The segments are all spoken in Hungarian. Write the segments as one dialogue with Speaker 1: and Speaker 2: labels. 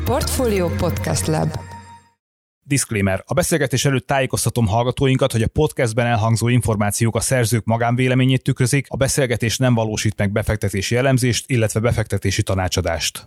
Speaker 1: Portfolio Podcast Lab.
Speaker 2: Disclaimer. A beszélgetés előtt tájékoztatom hallgatóinkat, hogy a podcastben elhangzó információk a szerzők magánvéleményét tükrözik, a beszélgetés nem valósít meg befektetési elemzést, illetve befektetési tanácsadást.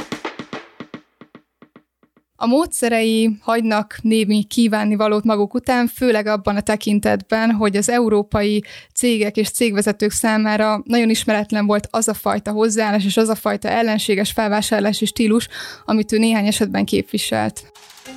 Speaker 3: A módszerei hagynak némi kívánnivalót maguk után, főleg abban a tekintetben, hogy az európai cégek és cégvezetők számára nagyon ismeretlen volt az a fajta hozzáállás és az a fajta ellenséges felvásárlási stílus, amit ő néhány esetben képviselt.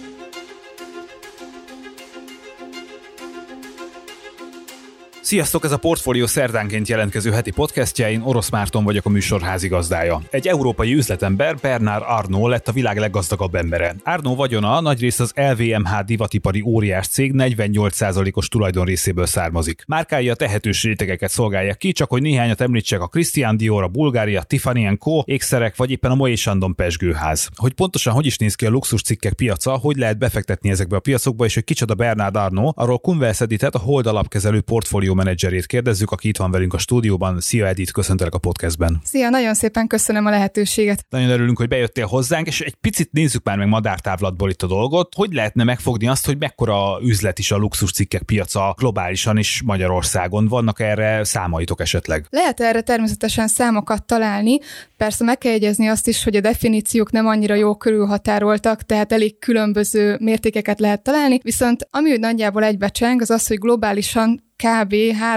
Speaker 2: Sziasztok, ez a Portfolio szerdánként jelentkező heti podcastja, én Orosz Márton vagyok, a műsor házigazdája. Egy európai üzletember, Bernard Arnault lett a világ leggazdagabb embere. Arnault vagyona nagyrészt az LVMH divatipari óriás cég 48%-os tulajdonrészéből származik. Márkái a tehetős rétegeket szolgálják ki, csak hogy néhányat említsek, a Christian Dior, a Bulgari, a Tiffany & Co, ékszerek, vagy éppen a Moët Chandon pezsgőház. Hogy pontosan hogy is néz ki a luxuscikkek piaca, hogy lehet befektetni ezekbe a piacokba, és hogy kicsoda Bernard Arnault, arról Kunvels Editet, a Hold alapkezelő portfólió menedzserét kérdezzük, aki itt van velünk a stúdióban. Szia Edith, köszöntelek a podcastben.
Speaker 3: Szia, nagyon szépen köszönöm a lehetőséget.
Speaker 2: Nagyon örülünk, hogy bejöttél hozzánk, és egy picit nézzük már meg madártávlatból itt a dolgot. Hogy lehetne megfogni azt, hogy mekkora üzlet is a luxuscikkek piaca globálisan is Magyarországon? Vannak erre számaitok esetleg?
Speaker 3: Lehet erre természetesen számokat találni. Persze meg kell jegyezni azt is, hogy a definíciók nem annyira jól körülhatároltak, tehát elég különböző mértékeket lehet találni, viszont ami nagyjából egybecseng, az az, hogy globálisan kb.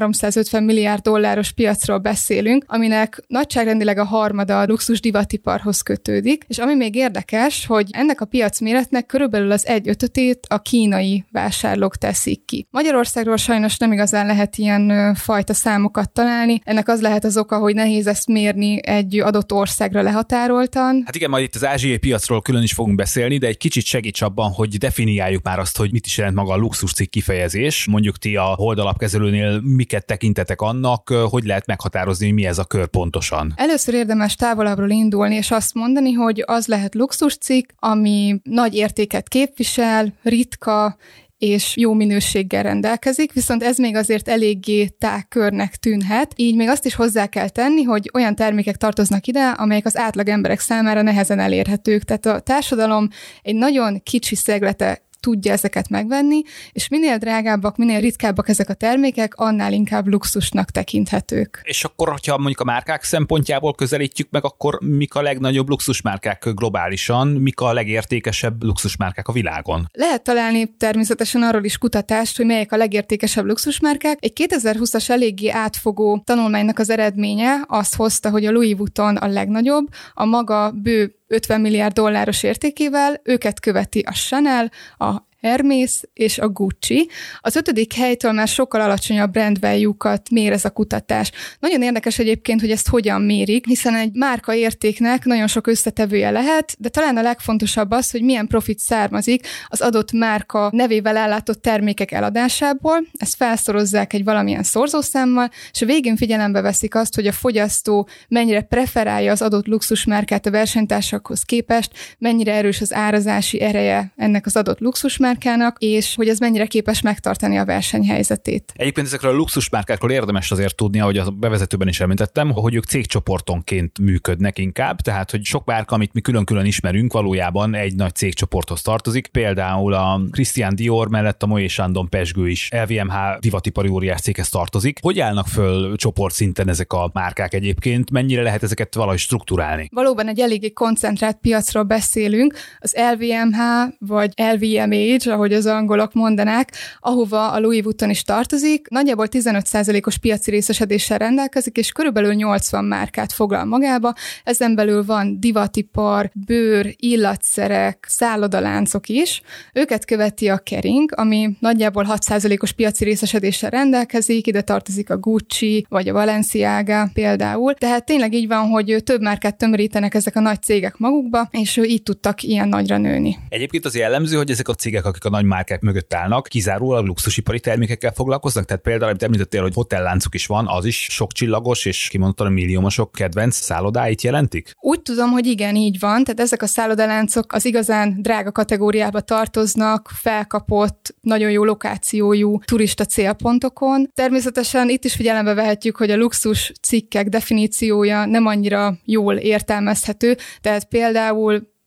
Speaker 3: 350 milliárd dolláros piacról beszélünk, aminek nagyságrendileg a harmada a luxus divatiparhoz kötődik, és ami még érdekes, hogy ennek a piacméretnek körülbelül az 1/5 a kínai vásárlók teszik ki. Magyarországról sajnos nem igazán lehet ilyen fajta számokat találni, ennek az lehet az oka, hogy nehéz ezt mérni egy adott országra lehatároltan.
Speaker 2: Hát igen, majd itt az ázsiai piacról külön is fogunk beszélni, de egy kicsit segíts abban, hogy definiáljuk már azt, hogy mit is jelent maga a luxuscikk kifejezés. Mondjuk ti a Hold alapkezelőnél miket tekintetek annak, hogy lehet meghatározni, hogy mi ez a kör pontosan?
Speaker 3: Először érdemes távolabbról indulni, és azt mondani, hogy az lehet luxuscikk, ami nagy értéket képvisel, ritka, és jó minőséggel rendelkezik, viszont ez még azért eléggé tág körnek tűnhet. Így még azt is hozzá kell tenni, hogy olyan termékek tartoznak ide, amelyek az átlag emberek számára nehezen elérhetők. Tehát a társadalom egy nagyon kicsi szeglete tudja ezeket megvenni, és minél drágábbak, minél ritkábbak ezek a termékek, annál inkább luxusnak tekinthetők.
Speaker 2: És akkor, hogyha mondjuk a márkák szempontjából közelítjük meg, akkor mik a legnagyobb luxusmárkák globálisan, mik a legértékesebb luxusmárkák a világon? Lehet
Speaker 3: találni természetesen arról is kutatást, hogy melyek a legértékesebb luxusmárkák. Egy 2020-as eléggé átfogó tanulmánynak az eredménye azt hozta, hogy a Louis Vuitton a legnagyobb, a maga bő 50 milliárd dolláros értékével, őket követi a Chanel, a Hermès és a Gucci. Az 5. helytől már sokkal alacsonyabb brand value-kat mér ez a kutatás. Nagyon érdekes egyébként, hogy ezt hogyan mérik, hiszen egy márka értéknek nagyon sok összetevője lehet, de talán a legfontosabb az, hogy milyen profit származik az adott márka nevével ellátott termékek eladásából. Ezt felszorozzák egy valamilyen szorzószámmal, és a végén figyelembe veszik azt, hogy a fogyasztó mennyire preferálja az adott luxusmárkát a versenytársakhoz képest, mennyire erős az árazási ereje ennek az adott luxusmárkának, és hogy ez mennyire képes megtartani a versenyhelyzetét.
Speaker 2: Egyébként ezekről a luxusmárkákról érdemes azért tudni, ahogy a bevezetőben is említettem, hogy ők cégcsoportonként működnek inkább, tehát hogy sok márka, amit mi külön-külön ismerünk, valójában egy nagy cégcsoporthoz tartozik. Például a Christian Dior mellett a Moët Chandon pezsgő is LVMH divatipari óriás céghez tartozik. Hogy állnak föl csoportszinten ezek a márkák egyébként? Mennyire lehet ezeket valahogy strukturálni?
Speaker 3: Valóban egy eléggé koncentrált piacról beszélünk. Az LVMH vagy LVMH, ahogy az angolok mondanák, ahova a Louis Vuitton is tartozik, nagyjából 15%-os piaci részesedéssel rendelkezik, és körülbelül 80 márkát foglal magába. Ezen belül van divatipar, bőr, illatszerek, szállodaláncok is. Őket követi a Kering, ami nagyjából 6%-os piaci részesedéssel rendelkezik, ide tartozik a Gucci, vagy a Balenciaga például. Tehát tényleg így van, hogy több márkát tömörítenek ezek a nagy cégek magukba, és így tudtak ilyen nagyra nőni.
Speaker 2: Egyébként az jellemző, hogy ezek a cégek, akik a nagy márkák mögött állnak, kizárólag luxusipari termékekkel foglalkoznak? Tehát például, amit említettél, hogy hotelláncuk is van, az is sok csillagos és kimondottan a milliómosok kedvenc szállodáit jelentik?
Speaker 3: Úgy tudom, hogy igen, így van. Tehát ezek a szállodaláncok az igazán drága kategóriába tartoznak, felkapott, nagyon jó lokációjú turista célpontokon. Természetesen itt is figyelembe vehetjük, hogy a luxus cikkek definíciója nem annyira jól értelmezhető, tehát például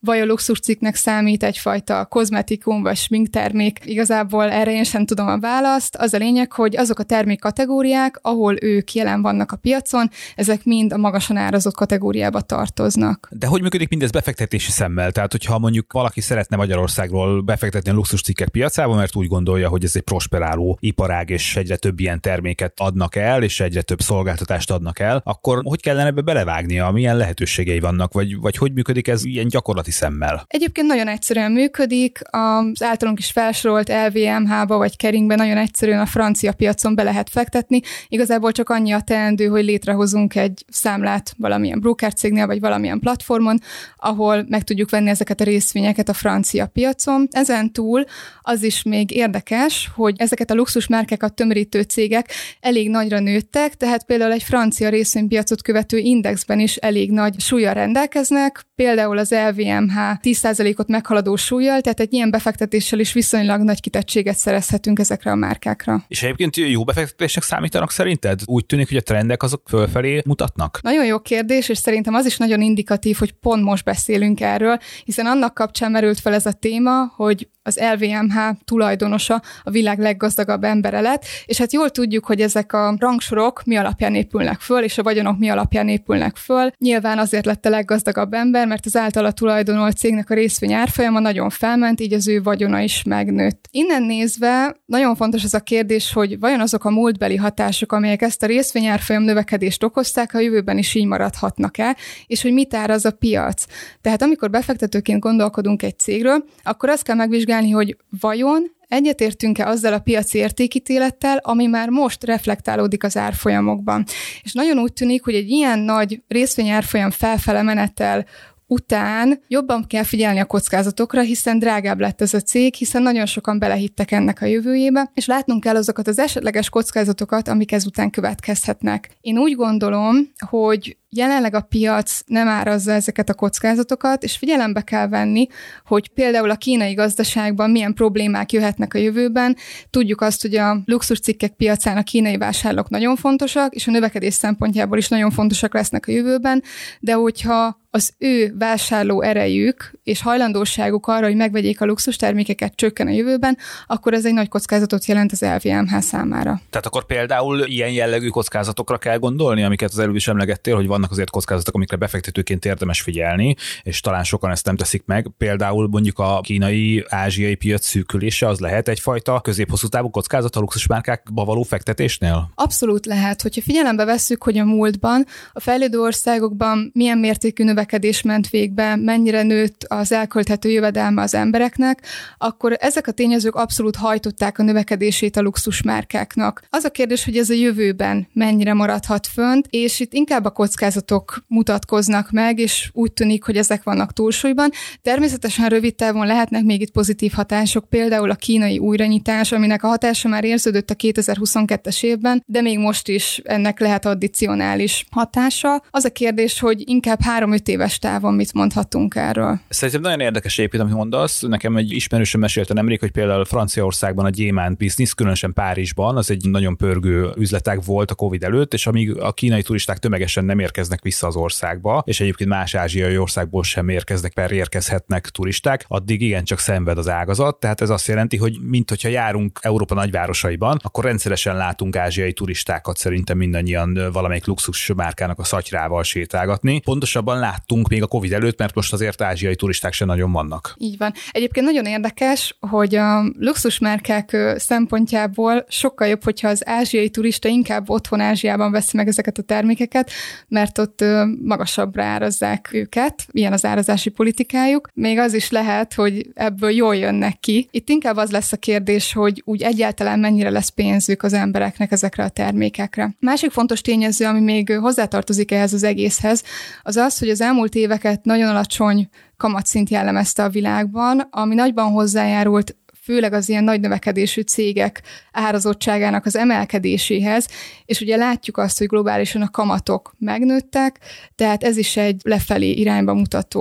Speaker 3: vagy a luxuscikknek számít egyfajta kozmetikum vagy sminktermék. Igazából erre én sem tudom a választ. Az a lényeg, hogy azok a termékkategóriák, ahol ők jelen vannak a piacon, ezek mind a magasan árazott kategóriába tartoznak.
Speaker 2: De hogy működik mindez befektetési szemmel? Tehát, hogyha mondjuk valaki szeretne Magyarországról befektetni a luxuscikkek piacába, mert úgy gondolja, hogy ez egy prosperáló iparág, és egyre több ilyen terméket adnak el, és egyre több szolgáltatást adnak el, akkor hogy kellene ebbe belevágnia? Milyen lehetőségei vannak, vagy hogy működik ez ilyen gyakorlati szemmel?
Speaker 3: Egyébként nagyon egyszerűen működik. Az általunk is felsorolt LVMH-ba vagy Keringbe nagyon egyszerűen a francia piacon be lehet fektetni. Igazából csak annyi a teendő, hogy létrehozunk egy számlát valamilyen brokercégnél, vagy valamilyen platformon, ahol meg tudjuk venni ezeket a részvényeket a francia piacon. Ezen túl az is még érdekes, hogy ezeket a luxusmárkákat tömörítő cégek elég nagyra nőttek, tehát például egy francia részvénypiacot követő indexben is elég nagy súllyal rendelkeznek, például az LVMH 10%-ot meghaladó súllyal, tehát egy ilyen befektetéssel is viszonylag nagy kitettséget szerezhetünk ezekre a márkákra.
Speaker 2: És egyébként jó befektetések számítanak szerinted? Úgy tűnik, hogy a trendek azok fölfelé mutatnak?
Speaker 3: Nagyon jó kérdés, és szerintem az is nagyon indikatív, hogy pont most beszélünk erről, hiszen annak kapcsán merült fel ez a téma, hogy az LVMH tulajdonosa a világ leggazdagabb embere lett, és hát jól tudjuk, hogy ezek a rangsorok mi alapján épülnek föl, és a vagyonok mi alapján épülnek föl. Nyilván azért lett a leggazdagabb ember, mert az általa tulajdonolt cégnek a részvény árfolyama nagyon felment, így az ő vagyona is megnőtt. Innen nézve nagyon fontos az a kérdés, hogy vajon azok a múltbeli hatások, amelyek ezt a részvény árfolyam növekedést okozták, a jövőben is így maradhatnak-e, és hogy mit áraz a piac. Tehát amikor befektetőként gondolkodunk egy cégről, akkor azt kell megvizsgálni, hogy vajon egyetértünk-e azzal a piaci értékítélettel, ami már most reflektálódik az árfolyamokban. És nagyon úgy tűnik, hogy egy ilyen nagy részvényárfolyam felfele menettel után jobban kell figyelni a kockázatokra, hiszen drágább lett ez a cég, hiszen nagyon sokan belehittek ennek a jövőjébe, és látnunk kell azokat az esetleges kockázatokat, amik ezután következhetnek. Én úgy gondolom, hogy jelenleg a piac nem árazza ezeket a kockázatokat, és figyelembe kell venni, hogy például a kínai gazdaságban milyen problémák jöhetnek a jövőben. Tudjuk azt, hogy a luxuscikkek piacán a kínai vásárlók nagyon fontosak, és a növekedés szempontjából is nagyon fontosak lesznek a jövőben, de hogyha az ő vásárló erejük és hajlandóságuk arra, hogy megvegyék a luxustermékeket csökken a jövőben, akkor ez egy nagy kockázatot jelent az LVMH számára.
Speaker 2: Tehát akkor például ilyen jellegű kockázatokra kell gondolni, amiket az előbb is emlegettél, hogy vannak azért kockázatok, amikre befektetőként érdemes figyelni, és talán sokan ezt nem teszik meg. Például mondjuk a kínai-ázsiai piac szűkülése az lehet egyfajta közép-hosszú távú kockázat a luxusmárkákba való fektetésnél? Abszolút
Speaker 3: lehet. Hogyha figyelembe vesszük, hogy a múltban a fejlődő országokban milyen mértékű növekedés ment végbe, mennyire nőtt az elkölthető jövedelme az embereknek, akkor ezek a tényezők abszolút hajtották a növekedését a luxusmárkáknak. Az a kérdés, hogy ez a jövőben mennyire maradhat fönt, és itt inkább a kockázatok mutatkoznak meg, és úgy tűnik, hogy ezek vannak túlsúlyban. Természetesen rövid távon lehetnek még itt pozitív hatások, például a kínai újranyitás, aminek a hatása már érződött a 2022-es évben, de még most is ennek lehet addicionális hatása. Az a kérdés, hogy inkább 3-5 éves távon mit mondhatunk erről.
Speaker 2: Szerintem nagyon érdekes egyébként, amit mondasz. Nekem egy ismerősöm mesélte nemrég, hogy például Franciaországban a gyémánt biznisz, különösen Párizsban, az egy nagyon pörgő üzletág volt a Covid előtt, és amíg a kínai turisták tömegesen nem érkeznek vissza az országba, és egyébként más ázsiai országból sem érkezhetnek turisták, addig igencsak szenved az ágazat. Tehát ez azt jelenti, hogy minthogyha járunk Európa nagyvárosaiban, akkor rendszeresen látunk ázsiai turistákat szerintem mindannyian valamelyik luxus márkának a szatyrával sétálgatni. Pontosabban láttunk még a Covid előtt, mert most azért ázsiai turisták sem nagyon vannak.
Speaker 3: Így van. Egyébként nagyon érdekes, hogy a luxusmárkák szempontjából sokkal jobb, hogyha az ázsiai turista inkább otthon Ázsiában veszi meg ezeket a termékeket, mert ott magasabbra árazzák őket, ilyen az árazási politikájuk. Még az is lehet, hogy ebből jól jönnek ki. Itt inkább az lesz a kérdés, hogy úgy egyáltalán mennyire lesz pénzük az embereknek ezekre a termékekre. Másik fontos tényező, ami még hozzátartozik ehhez az egészhez, az az, hogy az elmúlt éveket nagyon alacsony kamatszint jellemezte a világban, ami nagyban hozzájárult főleg az ilyen nagy növekedésű cégek árazottságának az emelkedéséhez, és ugye látjuk azt, hogy globálisan a kamatok megnőttek, tehát ez is egy lefelé irányba mutató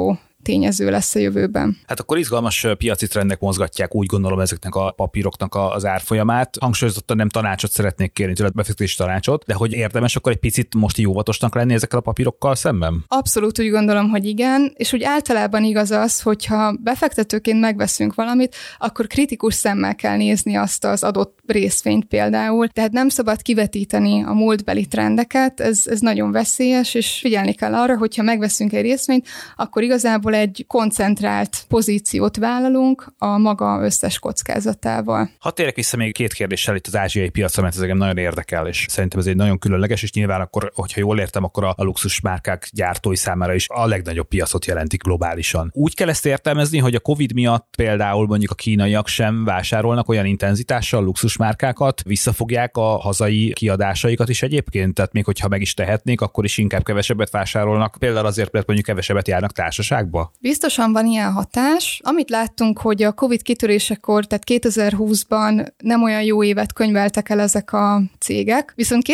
Speaker 3: tényező lesz a jövőben.
Speaker 2: Hát akkor izgalmas piaci trendek mozgatják, úgy gondolom, ezeknek a papíroknak az árfolyamát. Hangsúlyozottan nem tanácsot szeretnék kérni tőled, befektetési tanácsot, de hogy érdemes akkor egy picit most óvatosnak lenni ezekkel a papírokkal szemben?
Speaker 3: Abszolút úgy gondolom, hogy igen, és úgy általában igaz az, hogyha befektetőként megveszünk valamit, akkor kritikus szemmel kell nézni azt az adott részvényt például, tehát nem szabad kivetíteni a múltbeli trendeket, ez nagyon veszélyes, és figyelni kell arra, hogyha megveszünk egy részvényt, akkor igazából egy koncentrált pozíciót vállalunk a maga összes kockázatával.
Speaker 2: Hadd térjek vissza még két kérdéssel itt az ázsiai piacra, mert ez engem nagyon érdekel, és szerintem ez egy nagyon különleges, és nyilván akkor, hogyha jól értem, akkor a luxusmárkák gyártói számára is a legnagyobb piacot jelentik globálisan. Úgy kell ezt értelmezni, hogy a Covid miatt például mondjuk a kínaiak sem vásárolnak olyan intenzitással luxusmárkákat, visszafogják a hazai kiadásaikat is egyébként, tehát még hogyha meg is tehetnék, akkor is inkább kevesebbet vásárolnak, például azért, mert mondjuk kevesebbet járnak társaságba?
Speaker 3: Biztosan van ilyen hatás. Amit láttunk, hogy a Covid kitörésekor, tehát 2020-ban nem olyan jó évet könyveltek el ezek a cégek, viszont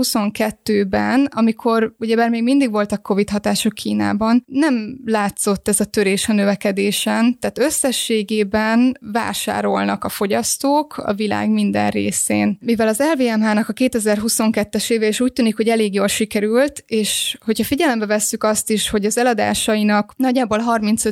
Speaker 3: 2022-ben, amikor ugyebár még mindig voltak Covid hatások Kínában, nem látszott ez a törés a növekedésen, tehát összességében vásárolnak a fogyasztók a világ minden részén. Mivel az LVMH-nak a 2022-es éve is úgy tűnik, hogy elég jól sikerült, és hogyha figyelembe vesszük azt is, hogy az eladásainak nagyjából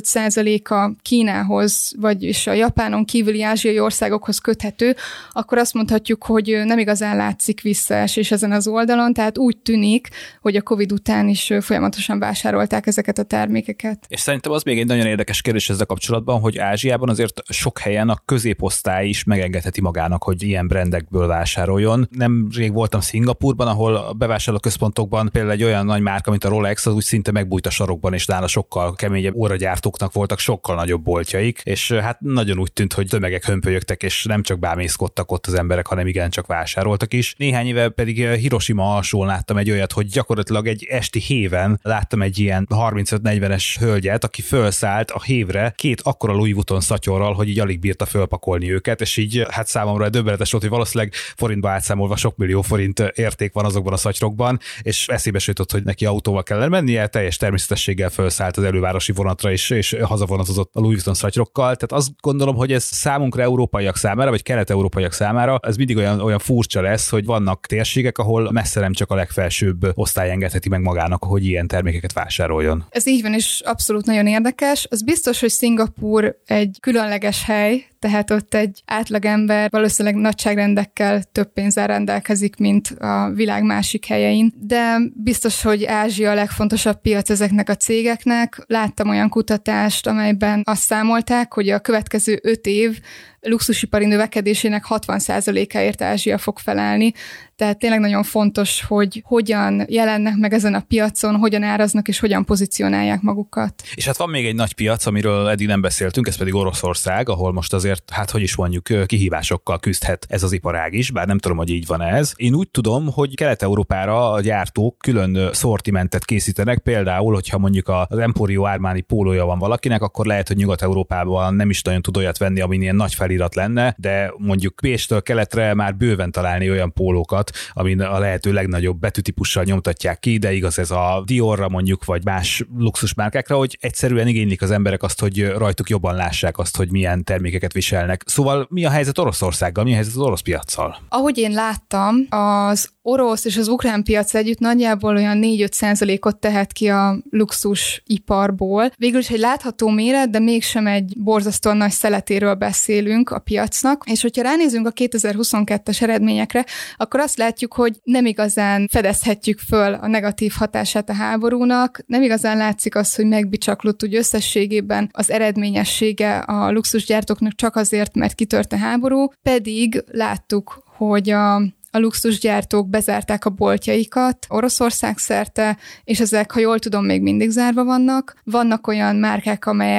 Speaker 3: 35%-a Kínához, vagyis a Japánon kívüli ázsiai országokhoz köthető, akkor azt mondhatjuk, hogy nem igazán látszik visszaesés ezen az oldalon, tehát úgy tűnik, hogy a Covid után is folyamatosan vásárolták ezeket a termékeket.
Speaker 2: És szerintem az még egy nagyon érdekes kérdés ezzel kapcsolatban, hogy Ázsiában azért sok helyen a középosztály is megengedheti magának, hogy ilyen brandekből vásároljon. Nemrég voltam Szingapurban, ahol a bevásárlóközpontokban például egy olyan nagy márka, mint a Rolex, az úgy szinte megbújt a sarokban, és nála sokkal keményebb óragyártóknak voltak sokkal nagyobb boltjaik, és hát nagyon úgy tűnt, hogy tömegek hömpölyögtek, és nem csak bámészkodtak ott az emberek, hanem igencsak vásároltak is. Néhány éve pedig Hiroshima alsón láttam egy olyat, hogy gyakorlatilag egy esti héven láttam egy ilyen 35-40-es hölgyet, aki fölszállt a hévre két akkora Louis Vuitton szatyorral, hogy így alig bírta fölpakolni őket, és így hát számomra döbbenetes volt, hogy valószínűleg forintba átszámolva sok millió forint érték van azokban a szatyrokban, és eszébe se jutott, hogy neki autóval kellene mennie, teljes természetességgel fölszállt az elővárosi vonatra és hazavonatozott a Louis Vuitton szatyrokkal. Tehát azt gondolom, hogy ez számunkra európaiak számára, vagy kelet-európaiak számára ez mindig olyan furcsa lesz, hogy vannak térségek, ahol messze nem csak a legfelsőbb osztály engedheti meg magának, hogy ilyen termékeket vásároljon. Ez
Speaker 3: így van, és abszolút nagyon érdekes. Az biztos, hogy Szingapúr egy különleges hely, tehát ott egy átlagember valószínűleg nagyságrendekkel több pénzzel rendelkezik, mint a világ másik helyein, de biztos, hogy Ázsia a legfontosabb piac ezeknek a cégeknek. Láttam olyan kutatást, amelyben azt számolták, hogy a következő 5 év luxusipari növekedésének 60%-áért Ázsia fog felelni. Tehát tényleg nagyon fontos, hogy hogyan jelennek meg ezen a piacon, hogyan áraznak és hogyan pozícionálják magukat.
Speaker 2: És hát van még egy nagy piac, amiről eddig nem beszéltünk, ez pedig Oroszország, ahol most azért, hát hogy is mondjuk, kihívásokkal küzdhet ez az iparág is, bár nem tudom, hogy így van ez. Én úgy tudom, hogy Kelet-Európára a gyártók külön szortimentet készítenek, például, hogyha mondjuk az Emporio Armani pólója van valakinek, akkor lehet, hogy Nyugat-Európában nem is nagyon tud olyat venni, amin ilyen nagy felirat lenne, de mondjuk Pécstől keletre már bőven találni olyan pólókat, amin a lehető legnagyobb betűtípussal nyomtatják ki, de igaz ez a Diorra mondjuk, vagy más luxusmárkákra, hogy egyszerűen igénylik az emberek azt, hogy rajtuk jobban lássák azt, hogy milyen termékeket viselnek. Szóval mi a helyzet Oroszországgal, mi a helyzet az orosz piaccal?
Speaker 3: Ahogy én láttam, az orosz és az ukrán piac együtt nagyjából olyan 4-5%-ot tehet ki a luxusiparból. Végül is egy látható méret, de mégsem egy borzasztóan nagy szeletéről beszélünk a piacnak, és hogyha ránézünk a 2022-es eredményekre, akkor azt látjuk, hogy nem igazán fedezhetjük föl a negatív hatását a háborúnak, nem igazán látszik az, hogy megbicsaklott úgy összességében az eredményessége a luxusgyártóknak csak azért, mert kitört a háború, pedig láttuk, hogy a luxusgyártók bezárták a boltjaikat Oroszország szerte, és ezek, ha jól tudom, még mindig zárva vannak. Vannak olyan márkák, amelyek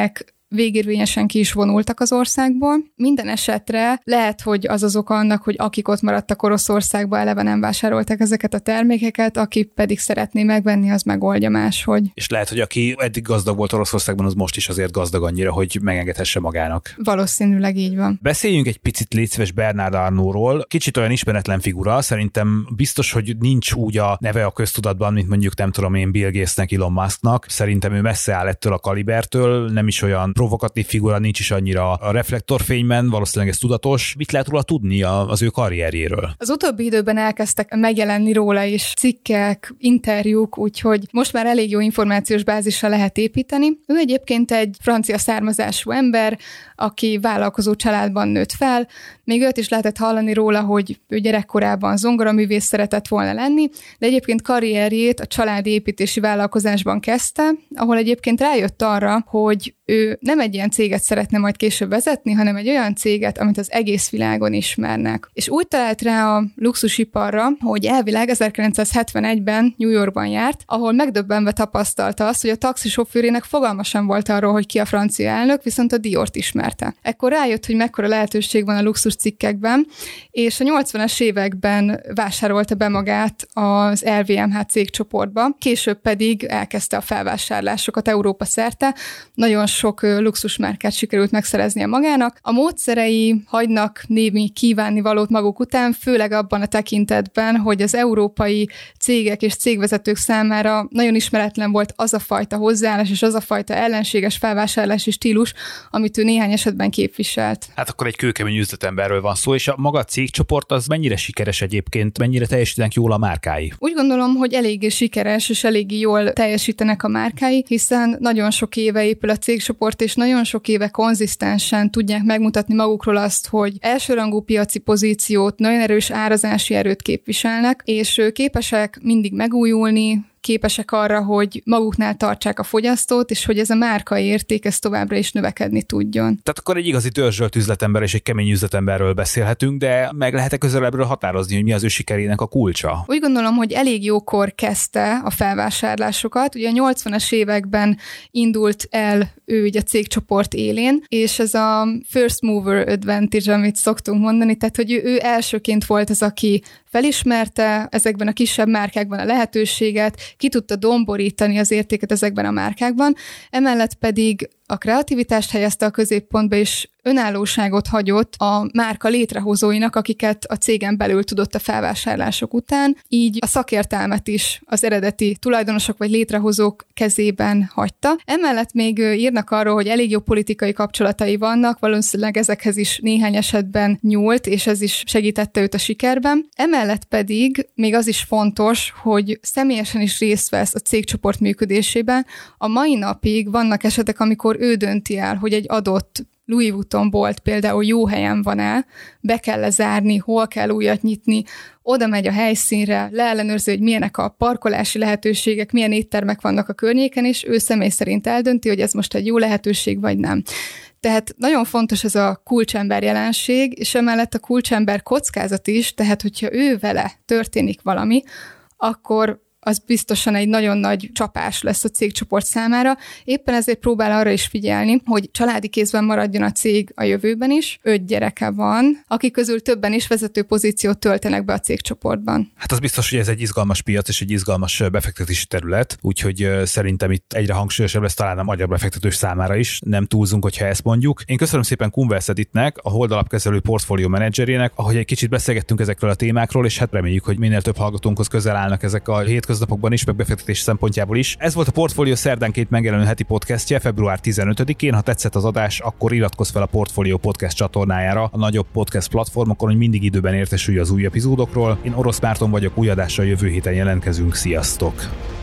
Speaker 3: végérvényesen ki is vonultak az országból. Minden esetre lehet, hogy az az oka annak, hogy akik ott maradtak Oroszországba, eleve nem vásárolták ezeket a termékeket, aki pedig szeretné megvenni, az megoldja máshogy.
Speaker 2: És lehet, hogy aki eddig gazdag volt Oroszországban, az most is azért gazdag annyira, hogy megengedhesse magának.
Speaker 3: Valószínűleg így van.
Speaker 2: Beszéljünk egy picit légy szíves Bernard Arnaultról. Kicsit olyan ismeretlen figura, szerintem biztos, hogy nincs úgy a neve a köztudatban, mint mondjuk nem tudom én Bill Gatesnek, Elon Musknak. Szerintem ő messze áll ettől a kalibertől, nem is olyan provokatív figura, nincs is annyira a reflektorfényben, valószínűleg ez tudatos. Mit lehet róla tudni az ő karrierjéről?
Speaker 3: Az utóbbi időben elkezdtek megjelenni róla is cikkek, interjúk, úgyhogy most már elég jó információs bázisra lehet építeni. Ő egyébként egy francia származású ember, aki vállalkozó családban nőtt fel. Még őt is lehetett hallani róla, hogy ő gyerekkorában zongoraművész szeretett volna lenni, de egyébként karrierjét a családi építési vállalkozásban kezdte, ahol egyébként rájött arra, hogy ő nem egy ilyen céget szeretne majd később vezetni, hanem egy olyan céget, amit az egész világon ismernek. És úgy talált rá a luxusiparra, hogy elvileg 1971-ben New Yorkban járt, ahol megdöbbenve tapasztalta azt, hogy a taxisofőrének fogalma sem volt arról, hogy ki a francia elnök, viszont a Diort ismerte. Ekkor rájött, hogy mekkora lehetőség van a luxus cikkekben, és a 80-as években vásárolta be magát az LVMH cégcsoportba, később pedig elkezdte a felvásárlásokat Európa szerte. Nagyon sok luxusmárkát sikerült megszereznie magának. A módszerei hagynak némi kívánnivalót maguk után, főleg abban a tekintetben, hogy az európai cégek és cégvezetők számára nagyon ismeretlen volt az a fajta hozzáállás és az a fajta ellenséges felvásárlási stílus, amit ő néhány esetben képviselt.
Speaker 2: Hát akkor egy kőkemény üzletemberről van szó, és a maga cégcsoport az mennyire sikeres egyébként, mennyire teljesítenek jól a márkái?
Speaker 3: Úgy gondolom, hogy eléggé sikeres és eléggé jól teljesítenek a márkái, hiszen nagyon sok éve épül a cégcsoport, és nagyon sok éve konzisztensen tudják megmutatni magukról azt, hogy elsőrangú piaci pozíciót, nagyon erős árazási erőt képviselnek, és képesek mindig megújulni, képesek arra, hogy maguknál tartsák a fogyasztót, és hogy ez a márka érték, ez továbbra is növekedni tudjon. Tehát
Speaker 2: akkor egy igazi dörzsölt üzletember és egy kemény üzletemberről beszélhetünk, de meg lehet-e közelebbről határozni, hogy mi az ő sikerének a kulcsa?
Speaker 3: Úgy gondolom, hogy elég jókor kezdte a felvásárlásokat. Ugye a 80-as években indult el ő ugye a cégcsoport élén, és ez a first mover advantage, amit szoktunk mondani, tehát hogy ő elsőként volt az, aki felismerte ezekben a kisebb márkákban a lehetőséget, ki tudta domborítani az értéket ezekben a márkákban, emellett pedig a kreativitást helyezte a középpontba, és önállóságot hagyott a márka létrehozóinak, akiket a cégen belül tudott a felvásárlások után, így a szakértelmet is az eredeti tulajdonosok vagy létrehozók kezében hagyta. Emellett még írnak arról, hogy elég jó politikai kapcsolatai vannak, valószínűleg ezekhez is néhány esetben nyúlt, és ez is segítette őt a sikerben. Emellett pedig még az is fontos, hogy személyesen is részt vesz a cégcsoport működésében. A mai napig vannak esetek, amikor ő dönti el, hogy egy adott Louis Vuitton bolt például jó helyen van-e, be kell zárni, hol kell újat nyitni, oda megy a helyszínre, leellenőrzi, hogy milyenek a parkolási lehetőségek, milyen éttermek vannak a környéken, és ő személy szerint eldönti, hogy ez most egy jó lehetőség, vagy nem. Tehát nagyon fontos ez a kulcsember jelenség, és emellett a kulcsember kockázat is, tehát hogyha ő vele történik valami, akkor az biztosan egy nagyon nagy csapás lesz a cégcsoport számára. Éppen ezért próbál arra is figyelni, hogy családi kézben maradjon a cég a jövőben is. 5 gyereke van, akik közül többen is vezető pozíciót töltenek be a cégcsoportban.
Speaker 2: Hát az biztos, hogy ez egy izgalmas piac és egy izgalmas befektetési terület, úgyhogy szerintem itt egyre hangsúlyosabb lesz talán a magyar befektetős számára is. Nem túlzunk, hogyha ezt mondjuk. Én köszönöm szépen Kunvers Editnek, a Hold alapkezelő portfólió menedzserének, ahogy egy kicsit beszélgettünk ezekről a témákról, és hát reméljük, hogy minél több hallgatónkhoz közel állnak ezek a hétköznapokban is, meg befektetés szempontjából is. Ez volt a Portfólió szerdánként megjelenő heti podcastje február 15-én. Ha tetszett az adás, akkor iratkozz fel a Portfólió podcast csatornájára a nagyobb podcast platformokon, hogy mindig időben értesülj az új epizódokról. Én Orosz Márton vagyok, új adással jövő héten jelentkezünk. Sziasztok!